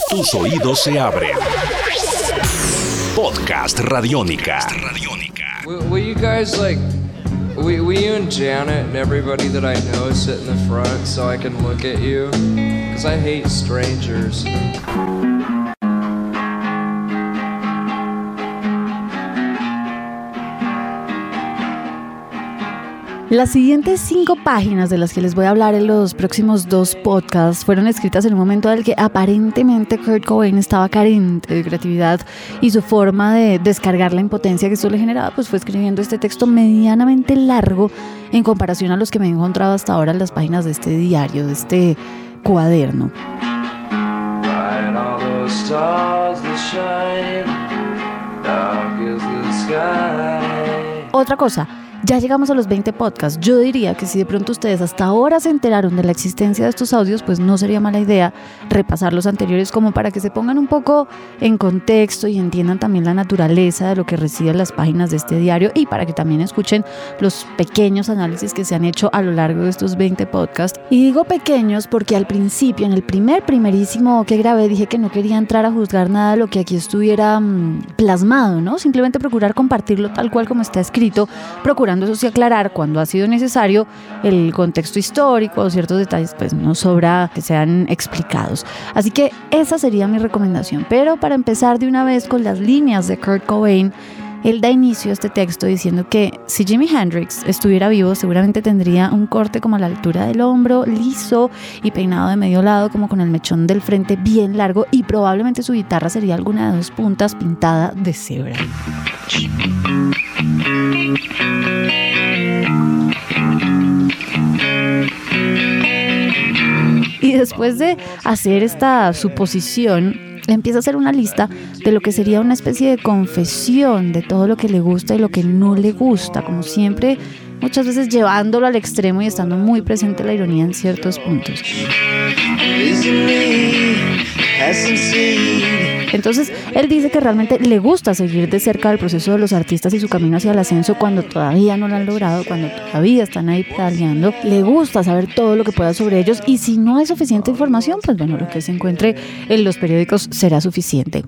Tus oídos se abren. Podcast Radiónica. Will you guys will you and Janet and everybody that I know sit in the front so I can look at you? Because I hate strangers. Las siguientes 5 páginas de las que les voy a hablar en los próximos 2 podcasts fueron escritas en un momento en el que aparentemente Kurt Cobain estaba carente de creatividad y su forma de descargar la impotencia que esto le generaba pues fue escribiendo este texto medianamente largo en comparación a los que me he encontrado hasta ahora en las páginas de este diario, de este cuaderno. Otra cosa, ya llegamos a los 20 podcasts. Yo diría que si de pronto ustedes hasta ahora se enteraron de la existencia de estos audios, pues no sería mala idea repasar los anteriores como para que se pongan un poco en contexto y entiendan también la naturaleza de lo que reciben las páginas de este diario y para que también escuchen los pequeños análisis que se han hecho a lo largo de estos 20 podcasts. Y digo pequeños porque al principio, en el primerísimo que grabé, dije que no quería entrar a juzgar nada de lo que aquí estuviera plasmado, ¿no? Simplemente procurar compartirlo tal cual como está escrito, procurando eso sí aclarar cuando ha sido necesario el contexto histórico o ciertos detalles, pues no sobra que sean explicados. Así que esa sería mi recomendación. Pero para empezar de una vez con las líneas de Kurt Cobain, él da inicio a este texto diciendo que si Jimi Hendrix estuviera vivo, seguramente tendría un corte como a la altura del hombro, liso y peinado de medio lado, como con el mechón del frente bien largo, y probablemente su guitarra sería alguna de 2 puntas pintada de cebra. Y después de hacer esta suposición, empieza a hacer una lista de lo que sería una especie de confesión de todo lo que le gusta y lo que no le gusta, como siempre, muchas veces llevándolo al extremo y estando muy presente la ironía en ciertos puntos. Entonces, él dice que realmente le gusta seguir de cerca el proceso de los artistas y su camino hacia el ascenso cuando todavía no lo han logrado, cuando todavía están ahí pedaleando. Le gusta saber todo lo que pueda sobre ellos y si no hay suficiente información, pues bueno, lo que se encuentre en los periódicos será suficiente.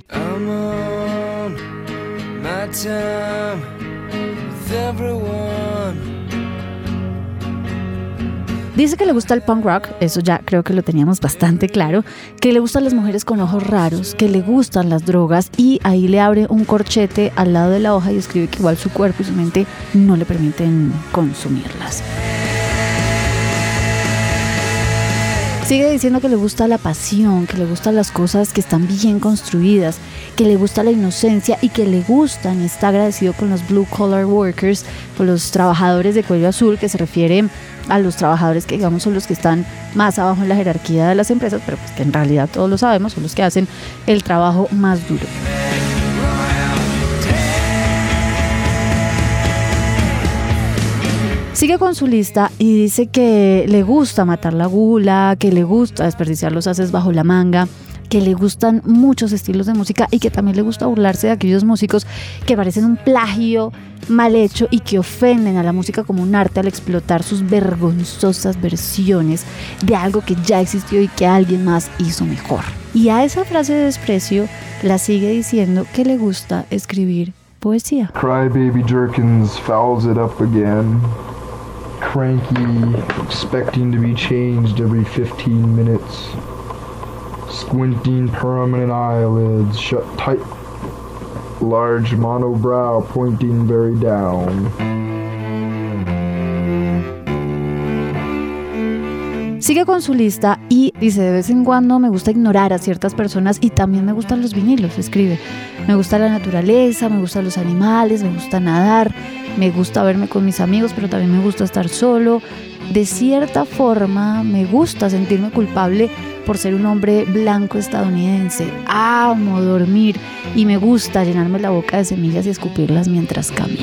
Dice que le gusta el punk rock, eso ya creo que lo teníamos bastante claro, que le gustan las mujeres con ojos raros, que le gustan las drogas y ahí le abre un corchete al lado de la hoja y escribe que igual su cuerpo y su mente no le permiten consumirlas. Sigue diciendo que le gusta la pasión, que le gustan las cosas que están bien construidas, que le gusta la inocencia y que le gustan y está agradecido con los blue collar workers, con los trabajadores de cuello azul, que se refiere a los trabajadores que digamos son los que están más abajo en la jerarquía de las empresas, pero pues que en realidad todos lo sabemos, son los que hacen el trabajo más duro. Sigue con su lista y dice que le gusta matar la gula, que le gusta desperdiciar los haces bajo la manga, que le gustan muchos estilos de música y que también le gusta burlarse de aquellos músicos que parecen un plagio mal hecho y que ofenden a la música como un arte al explotar sus vergonzosas versiones de algo que ya existió y que alguien más hizo mejor. Y a esa frase de desprecio la sigue diciendo que le gusta escribir poesía. Crybaby Jerkins fouls it up again. Cranky, expecting to be changed every 15 minutes. Squinting permanent eyelids, shut tight. Large monobrow pointing very down. Sigue con su lista y dice, de vez en cuando me gusta ignorar a ciertas personas y también me gustan los vinilos, escribe. Me gusta la naturaleza, me gustan los animales, me gusta nadar, me gusta verme con mis amigos, pero también me gusta estar solo. De cierta forma, me gusta sentirme culpable por ser un hombre blanco estadounidense. Amo dormir y me gusta llenarme la boca de semillas y escupirlas mientras camino.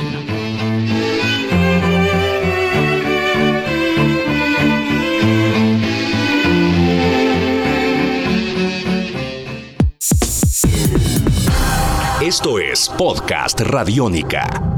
Esto es Podcast Radiónica.